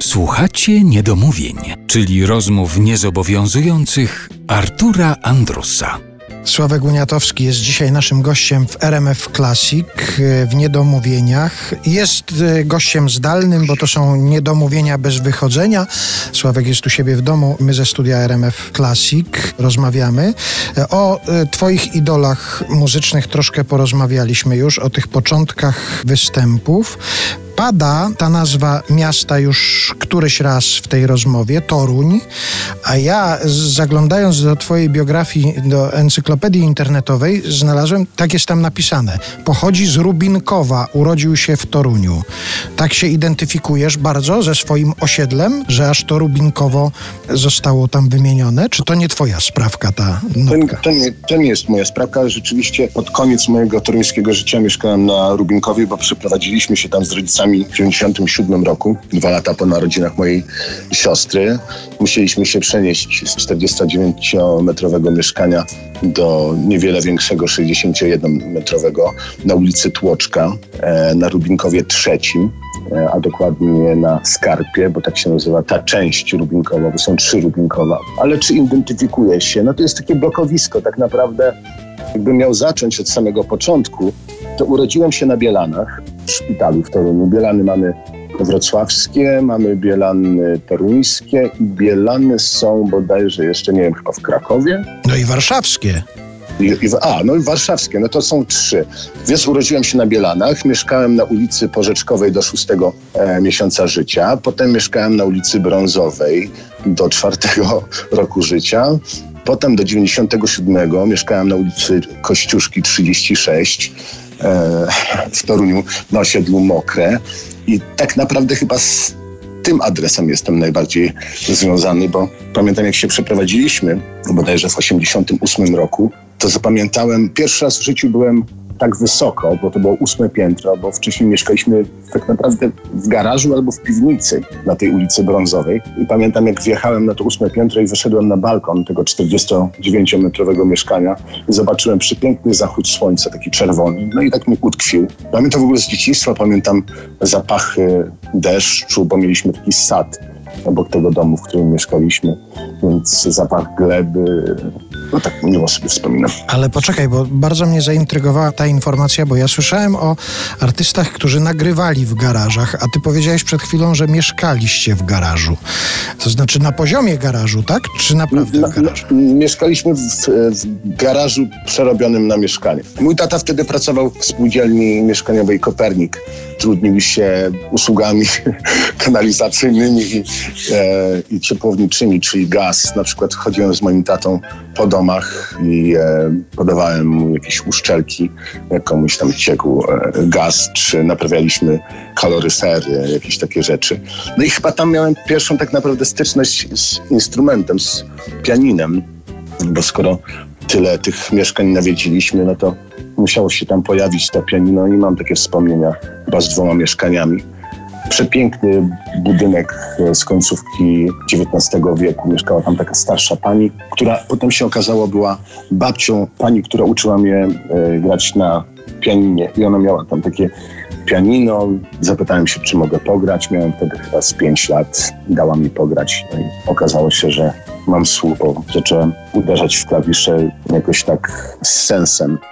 Słuchacie Niedomówień, czyli rozmów niezobowiązujących Artura Andrusa. Sławek Uniatowski jest dzisiaj naszym gościem w RMF Classic w Niedomówieniach. Jest gościem zdalnym, bo to są niedomówienia bez wychodzenia. Sławek jest u siebie w domu, my ze studia RMF Classic rozmawiamy. O twoich idolach muzycznych troszkę porozmawialiśmy już, o tych początkach występów. Pada ta nazwa miasta już któryś raz w tej rozmowie, Toruń, a ja zaglądając do twojej biografii, do encyklopedii internetowej, znalazłem, tak jest tam napisane, pochodzi z Rubinkowa, urodził się w Toruniu. Tak się identyfikujesz bardzo ze swoim osiedlem, że aż to Rubinkowo zostało tam wymienione? Czy to nie twoja sprawka ta notka? To nie jest moja sprawka, ale rzeczywiście pod koniec mojego toruńskiego życia mieszkałem na Rubinkowie, bo przeprowadziliśmy się tam z rodzicami w 1997 roku, 2 lata po narodzinach mojej siostry. Musieliśmy się przenieść z 49-metrowego mieszkania do niewiele większego, 61-metrowego na ulicy Tłoczka, na Rubinkowie III, a dokładnie na Skarpie, bo tak się nazywa ta część Rubinkowa, bo są 3 Rubinkowa. Ale czy identyfikuję się? No to jest takie blokowisko, tak naprawdę jakbym miał zacząć od samego początku, to urodziłem się na Bielanach, w szpitalu w Toruniu. Bielany mamy wrocławskie, mamy Bielany toruńskie i Bielany są bodajże jeszcze, nie wiem, chyba w Krakowie. No i warszawskie. I warszawskie, no to są 3. Więc urodziłem się na Bielanach, mieszkałem na ulicy Porzeczkowej do 6 miesiąca życia, potem mieszkałem na ulicy Brązowej do 4 roku życia. Potem do 97 mieszkałem na ulicy Kościuszki 36 w Toruniu na osiedlu Mokre i tak naprawdę chyba z tym adresem jestem najbardziej związany, bo pamiętam, jak się przeprowadziliśmy, bodajże w 88 roku, to zapamiętałem, pierwszy raz w życiu byłem tak wysoko, bo to było 8 piętro, bo wcześniej mieszkaliśmy tak naprawdę w garażu albo w piwnicy na tej ulicy Brązowej. I pamiętam, jak wjechałem na to 8 piętro i wyszedłem na balkon tego 49-metrowego mieszkania i zobaczyłem przepiękny zachód słońca, taki czerwony. No i tak mi utkwił. Pamiętam w ogóle z dzieciństwa, pamiętam zapachy deszczu, bo mieliśmy taki sad obok tego domu, w którym mieszkaliśmy, więc zapach gleby, no tak miło sobie wspominam. Ale poczekaj, bo bardzo mnie zaintrygowała ta informacja, bo ja słyszałem o artystach, którzy nagrywali w garażach, a ty powiedziałeś przed chwilą, że mieszkaliście w garażu. To znaczy na poziomie garażu, tak? Czy naprawdę w garażu? Mieszkaliśmy w garażu przerobionym na mieszkanie. Mój tata wtedy pracował w spółdzielni mieszkaniowej Kopernik. Trudnił się usługami kanalizacyjnymi i ciepłowniczymi, czyli gaz. Na przykład chodziłem z moim tatą po domach i podawałem mu jakieś uszczelki, jak komuś tam ciekł gaz, czy naprawialiśmy kaloryfery, jakieś takie rzeczy. No i chyba tam miałem pierwszą tak naprawdę styczność z instrumentem, z pianinem, bo skoro tyle tych mieszkań nawiedziliśmy, no to musiało się tam pojawić to pianino i mam takie wspomnienia chyba z 2 mieszkaniami. Przepiękny budynek z końcówki XIX wieku. Mieszkała tam taka starsza pani, która potem się okazało była babcią pani, która uczyła mnie grać na pianinie. I ona miała tam takie pianino. Zapytałem się, czy mogę pograć. Miałem wtedy chyba z 5 lat. Dała mi pograć. No i okazało się, że mam słuch, bo zacząłem uderzać w klawisze jakoś tak z sensem.